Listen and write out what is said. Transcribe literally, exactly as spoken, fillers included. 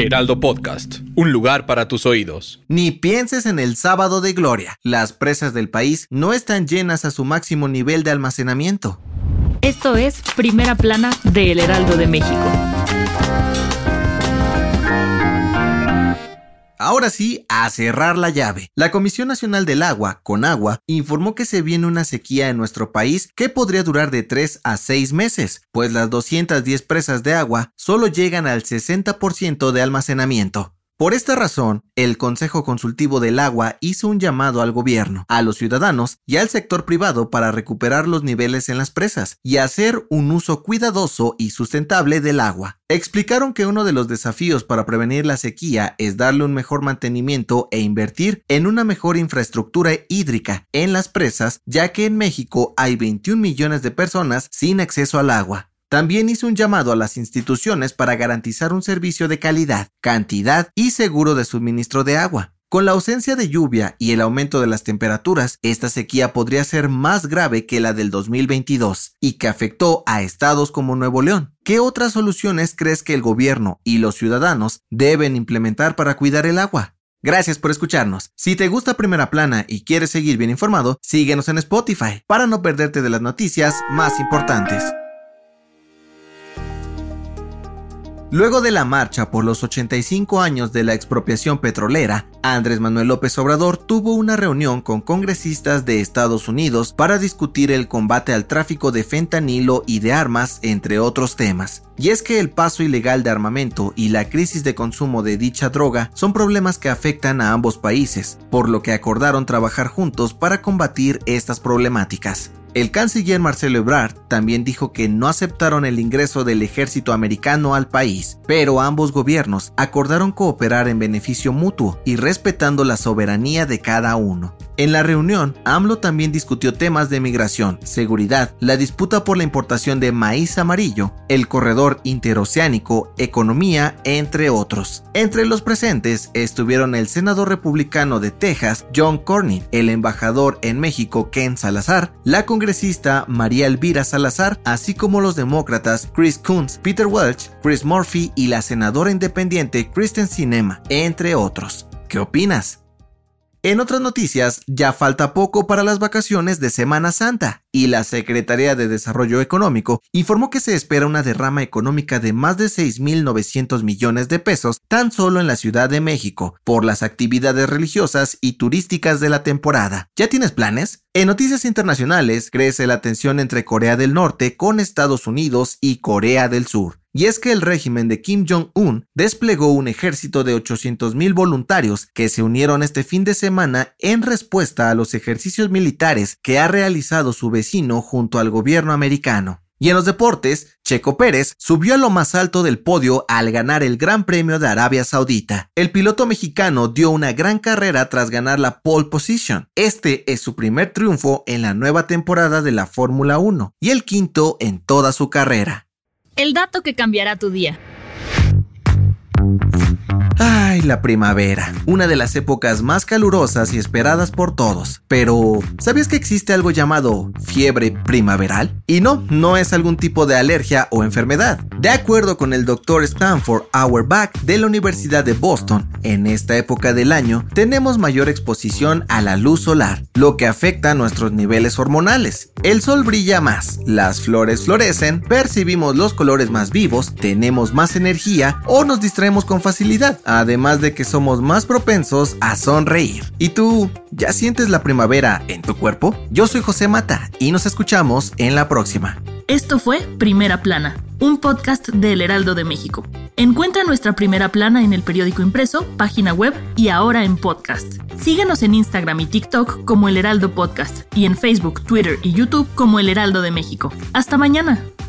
Heraldo Podcast, un lugar para tus oídos. Ni pienses en el sábado de gloria. Las presas del país no están llenas a su máximo nivel de almacenamiento. Esto es Primera Plana de El Heraldo de México. Ahora sí, a cerrar la llave. La Comisión Nacional del Agua, Conagua, informó que se viene una sequía en nuestro país que podría durar de tres a seis meses, pues las doscientas diez presas de agua solo llegan al sesenta por ciento de almacenamiento. Por esta razón, el Consejo Consultivo del Agua hizo un llamado al gobierno, a los ciudadanos y al sector privado para recuperar los niveles en las presas y hacer un uso cuidadoso y sustentable del agua. Explicaron que uno de los desafíos para prevenir la sequía es darle un mejor mantenimiento e invertir en una mejor infraestructura hídrica en las presas, ya que en México hay veintiún millones de personas sin acceso al agua. También hizo un llamado a las instituciones para garantizar un servicio de calidad, cantidad y seguro de suministro de agua. Con la ausencia de lluvia y el aumento de las temperaturas, esta sequía podría ser más grave que la del dos mil veintidós y que afectó a estados como Nuevo León. ¿Qué otras soluciones crees que el gobierno y los ciudadanos deben implementar para cuidar el agua? Gracias por escucharnos. Si te gusta Primera Plana y quieres seguir bien informado, síguenos en Spotify para no perderte de las noticias más importantes. Luego de la marcha por los ochenta y cinco años de la expropiación petrolera, Andrés Manuel López Obrador tuvo una reunión con congresistas de Estados Unidos para discutir el combate al tráfico de fentanilo y de armas, entre otros temas. Y es que el paso ilegal de armamento y la crisis de consumo de dicha droga son problemas que afectan a ambos países, por lo que acordaron trabajar juntos para combatir estas problemáticas. El canciller Marcelo Ebrard también dijo que no aceptaron el ingreso del ejército americano al país, pero ambos gobiernos acordaron cooperar en beneficio mutuo y respetando la soberanía de cada uno. En la reunión, AMLO también discutió temas de migración, seguridad, la disputa por la importación de maíz amarillo, el corredor interoceánico, economía, entre otros. Entre los presentes estuvieron el senador republicano de Texas, John Cornyn, el embajador en México, Ken Salazar, la congresista María Elvira Salazar, así como los demócratas Chris Coons, Peter Welch, Chris Murphy y la senadora independiente Kristen Sinema, entre otros. ¿Qué opinas? En otras noticias, ya falta poco para las vacaciones de Semana Santa y la Secretaría de Desarrollo Económico informó que se espera una derrama económica de más de seis mil novecientos millones de pesos tan solo en la Ciudad de México por las actividades religiosas y turísticas de la temporada. ¿Ya tienes planes? En noticias internacionales, crece la tensión entre Corea del Norte con Estados Unidos y Corea del Sur. Y es que el régimen de Kim Jong-un desplegó un ejército de ochocientos mil voluntarios que se unieron este fin de semana en respuesta a los ejercicios militares que ha realizado su vecino junto al gobierno americano. Y en los deportes, Checo Pérez subió a lo más alto del podio al ganar el Gran Premio de Arabia Saudita. El piloto mexicano dio una gran carrera tras ganar la pole position. Este es su primer triunfo en la nueva temporada de la Fórmula uno y el quinto en toda su carrera. El dato que cambiará tu día. Ay, la primavera, una de las épocas más calurosas y esperadas por todos. Pero, ¿sabías que existe algo llamado fiebre primaveral? Y no, no es algún tipo de alergia o enfermedad. De acuerdo con el doctor Stanford Auerbach de la Universidad de Boston, en esta época del año tenemos mayor exposición a la luz solar, lo que afecta a nuestros niveles hormonales. El sol brilla más, las flores florecen, percibimos los colores más vivos, tenemos más energía o nos distraemos con facilidad. Además de que somos más propensos a sonreír. ¿Y tú, ya sientes la primavera en tu cuerpo? Yo soy José Mata y nos escuchamos en la próxima. Esto fue Primera Plana, un podcast de El Heraldo de México. Encuentra nuestra Primera Plana en el periódico impreso, página web y ahora en podcast. Síguenos en Instagram y TikTok como El Heraldo Podcast y en Facebook, Twitter y YouTube como El Heraldo de México. ¡Hasta mañana!